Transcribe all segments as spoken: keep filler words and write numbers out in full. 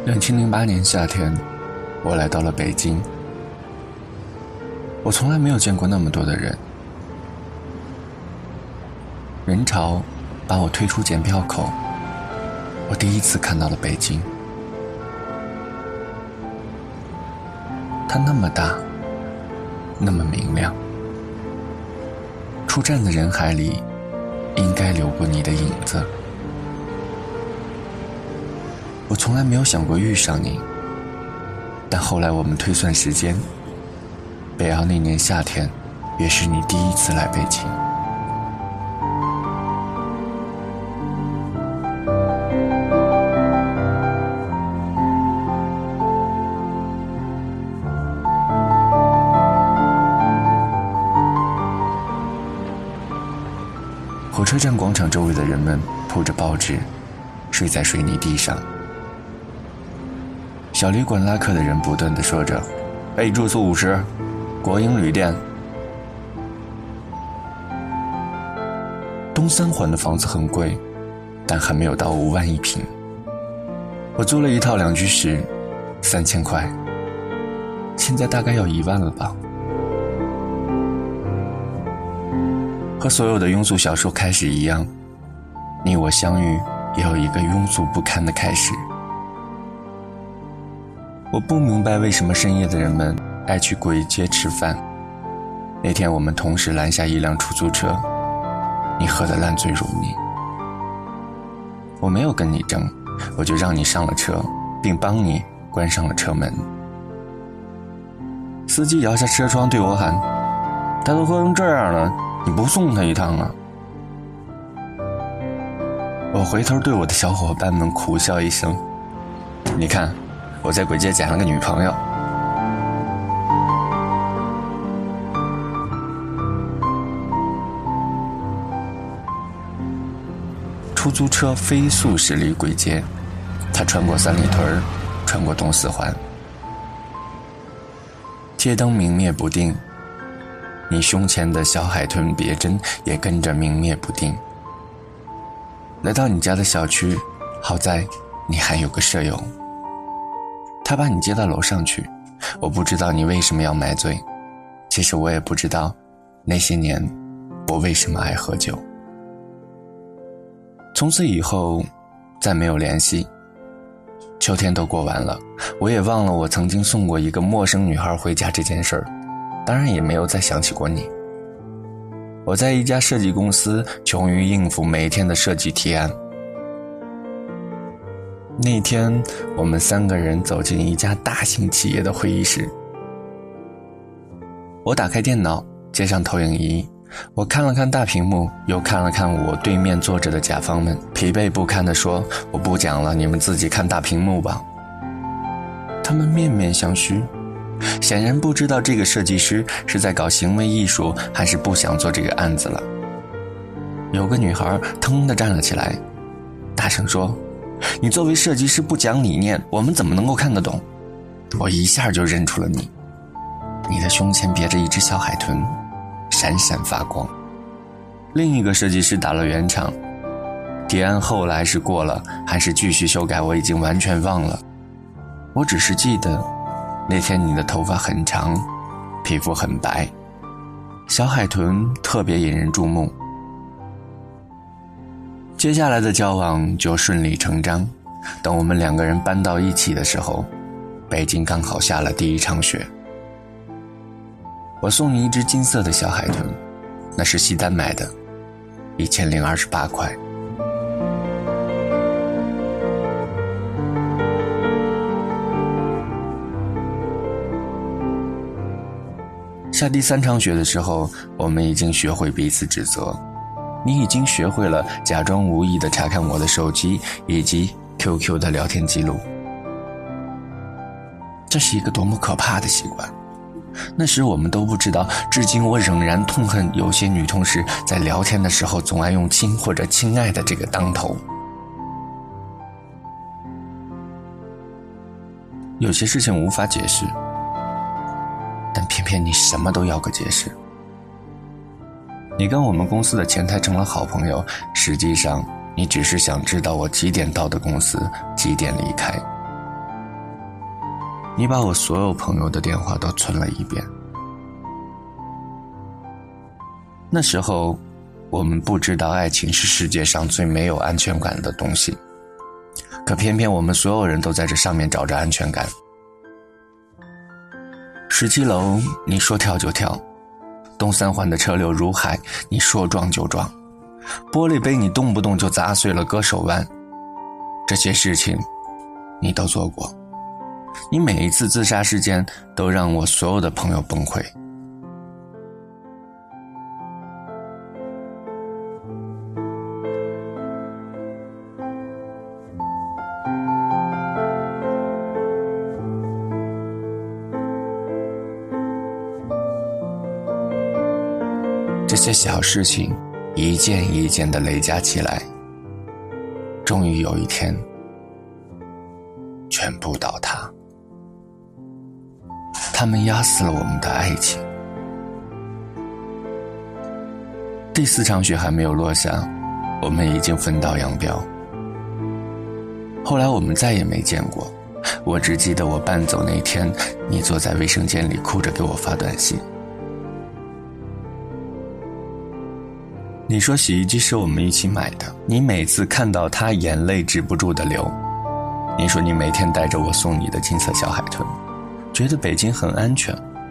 二零零八年夏天，我来到了北京。我从来没有见过那么多的人，人潮把我推出检票口，我第一次看到了北京。它那么大，那么明亮，出站的人海里应该流过你的影子。我从来没有想过遇上你，但后来我们推算时间，北奥那年夏天也是你第一次来北京。火车站广场周围的人们铺着报纸，睡在水泥地上。小旅馆拉客的人不断地说着：“哎，住宿五十，国营旅店。”东三环的房子很贵，但还没有到五万一平。我租了一套两居室，三千块，现在大概要一万了吧。和所有的庸俗小说开始一样，你我相遇也有一个庸俗不堪的开始。我不明白为什么深夜的人们爱去簋街吃饭。那天我们同时拦下一辆出租车，你喝得烂醉如泥。我没有跟你争，我就让你上了车，并帮你关上了车门。司机摇下车窗对我喊：“他都喝成这样了，你不送他一趟啊？”我回头对我的小伙伴们苦笑一声：“你看，我在簋街捡了个女朋友。”出租车飞速驶离簋街，它穿过三里屯，穿过东四环。街灯明灭不定，你胸前的小海豚别针也跟着明灭不定。来到你家的小区，好在你还有个舍友，他把你接到楼上去。我不知道你为什么要买醉，其实我也不知道那些年我为什么爱喝酒。从此以后再没有联系，秋天都过完了，我也忘了我曾经送过一个陌生女孩回家这件事儿，当然也没有再想起过你。我在一家设计公司穷于应付每天的设计提案。那天我们三个人走进一家大型企业的会议室，我打开电脑，接上投影仪，我看了看大屏幕，又看了看我对面坐着的甲方们，疲惫不堪地说：“我不讲了，你们自己看大屏幕吧。”他们面面相觑，显然不知道这个设计师是在搞行为艺术，还是不想做这个案子了。有个女孩腾地站了起来，大声说：“你作为设计师不讲理念，我们怎么能够看得懂？”我一下就认出了你，你的胸前别着一只小海豚，闪闪发光。另一个设计师打了圆场，提案后来是过了还是继续修改，我已经完全忘了。我只是记得那天你的头发很长，皮肤很白，小海豚特别引人注目。接下来的交往就顺理成章。等我们两个人搬到一起的时候，北京刚好下了第一场雪。我送你一只金色的小海豚，那是西单买的，一千零二十八块。下第三场雪的时候，我们已经学会彼此指责。你已经学会了假装无意地查看我的手机以及 Q Q 的聊天记录。这是一个多么可怕的习惯。那时我们都不知道，至今我仍然痛恨有些女同事在聊天的时候总爱用亲或者亲爱的这个当头。有些事情无法解释，但偏偏你什么都要个解释。你跟我们公司的前台成了好朋友，实际上你只是想知道我几点到的公司，几点离开。 你把我所有朋友的电话都存了一遍。那时候我们不知道爱情是世界上最没有安全感的东西，可偏偏我们所有人都在这上面找着安全感。十七楼你说跳就跳，东三环的车流如海，你说撞就撞，玻璃杯你动不动就砸碎了割手腕，这些事情你都做过。你每一次自杀事件都让我所有的朋友崩溃。这些小事情一件一件的累加起来，终于有一天全部倒塌。他们压死了我们的爱情。第四场雪还没有落下，我们已经分道扬镳。后来我们再也没见过，我只记得我搬走那天，你坐在卫生间里哭着给我发短信。你说洗衣机是我们一起买的，你每次看到它眼泪止不住的流。你说你每天带着我送你的金色小海豚，觉得北京很安全。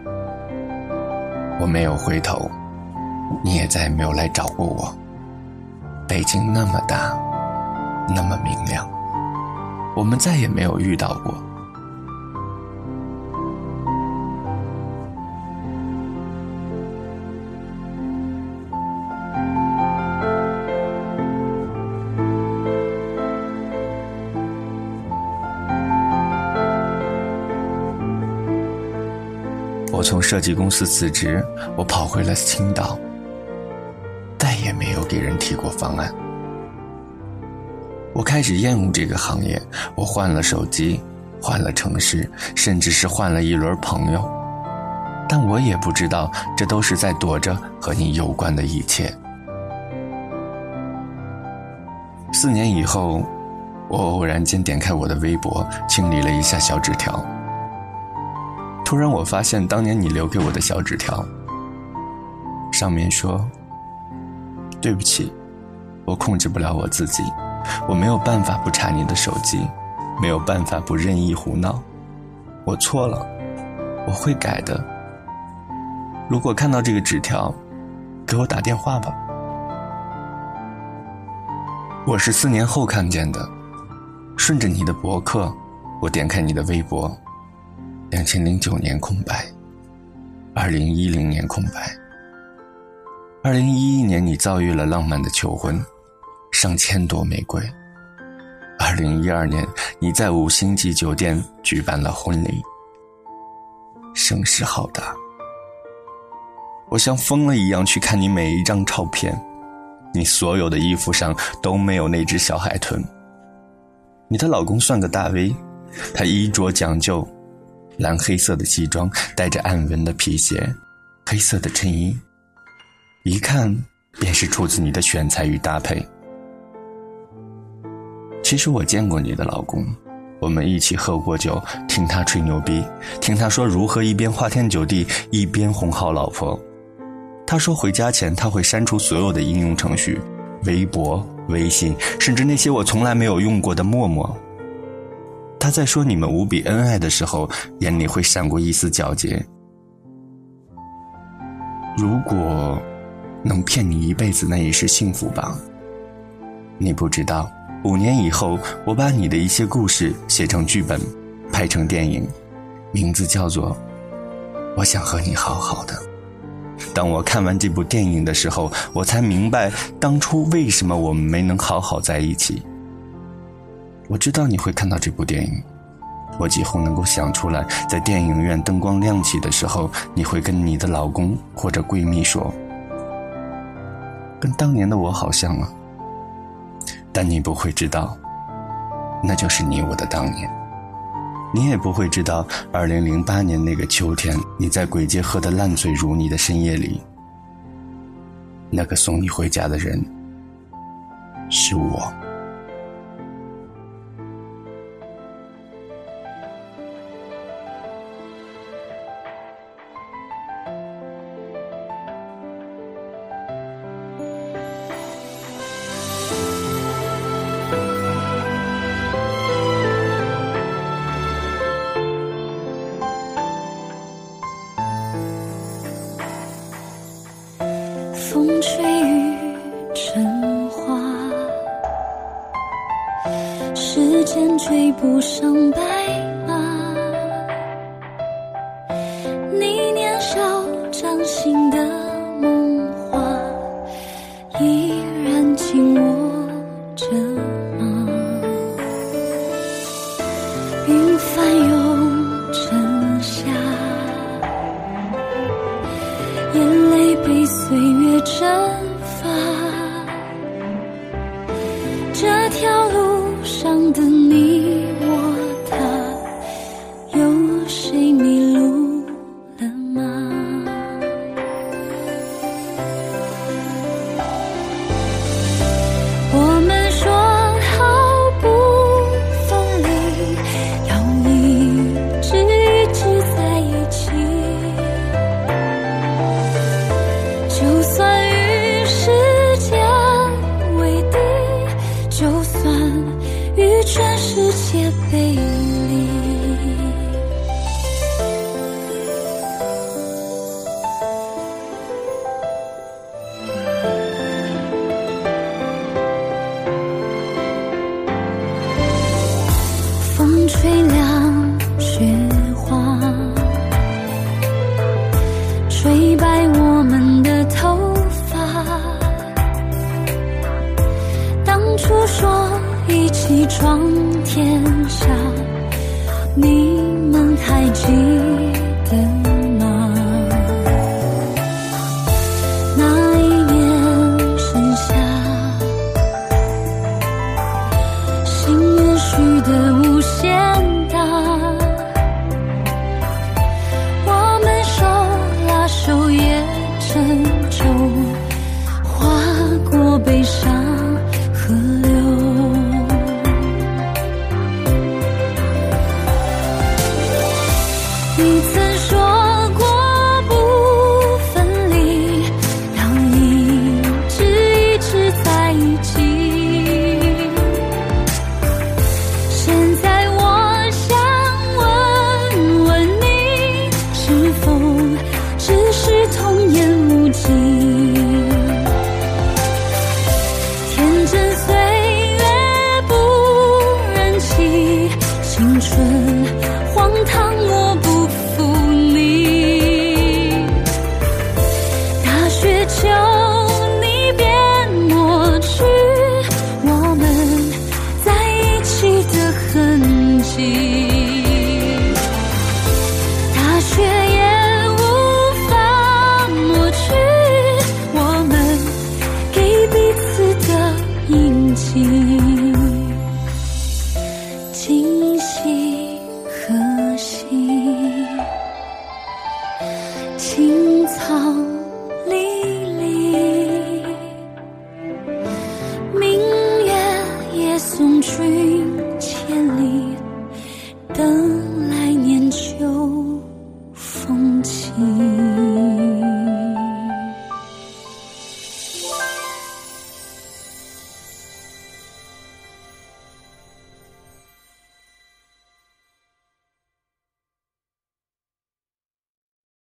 我没有回头，你也再也没有来找过我。北京那么大，那么明亮，我们再也没有遇到过。我从设计公司辞职，我跑回了青岛，再也没有给人提过方案。我开始厌恶这个行业，我换了手机，换了城市，甚至是换了一轮朋友，但我也不知道这都是在躲着和你有关的一切。四年以后，我偶然间点开我的微博，清理了一下小纸条。突然我发现当年你留给我的小纸条，上面说：对不起，我控制不了我自己，我没有办法不查你的手机，没有办法不任意胡闹，我错了，我会改的。如果看到这个纸条，给我打电话吧。我是四年后看见的，顺着你的博客，我点开你的微博，两千零九年空白，二零一零年空白，二零一一年你遭遇了浪漫的求婚，上千朵玫瑰，二零一二年你在五星级酒店举办了婚礼，声势浩大。我像疯了一样去看你每一张照片，你所有的衣服上都没有那只小海豚。你的老公算个大 V， 他衣着讲究，蓝黑色的西装，带着暗纹的皮鞋，黑色的衬衣，一看便是出自你的选材与搭配。其实我见过你的老公，我们一起喝过酒，听他吹牛逼，听他说如何一边花天酒地，一边哄好老婆。他说回家前他会删除所有的应用程序，微博、微信，甚至那些我从来没有用过的陌陌。他在说你们无比恩爱的时候，眼里会闪过一丝皎洁。如果能骗你一辈子，那也是幸福吧。你不知道，五年以后，我把你的一些故事写成剧本，拍成电影，名字叫做《我想和你好好的》。当我看完这部电影的时候，我才明白当初为什么我们没能好好在一起。我知道你会看到这部电影，我几乎能够想出来，在电影院灯光亮起的时候，你会跟你的老公或者闺蜜说，跟当年的我好像啊。但你不会知道，那就是你我的当年。你也不会知道，二零零八年那个秋天，你在鬼街喝得烂醉如泥的深夜里，那个送你回家的人是我。 铺上白马，你年少掌心的梦话依然紧握着吗？云翻涌成夏，眼泪被岁月蒸发，这条路上的你我他，有谁迷路了吗？我们说好不分离，要一直一直在一起，就算与时间为敌，就算与全世界背离。风吹凉雪花，吹白我们的头发，当初说一起闯天下，你们还记得吗？那一年盛夏，心愿许得无限大，我们手拉手也沉重，划过悲伤河流。你曾说过不分离，要一直一直在一起，现在我想问问你，是否只是童言无忌？天真岁月不忍欺，青春荒唐我不负你。大雪求你别抹去我们在一起的痕迹，大雪也无法抹去我们给彼此的印记。今夕何夕，青草离离，明月也送君千里，等来年秋风起。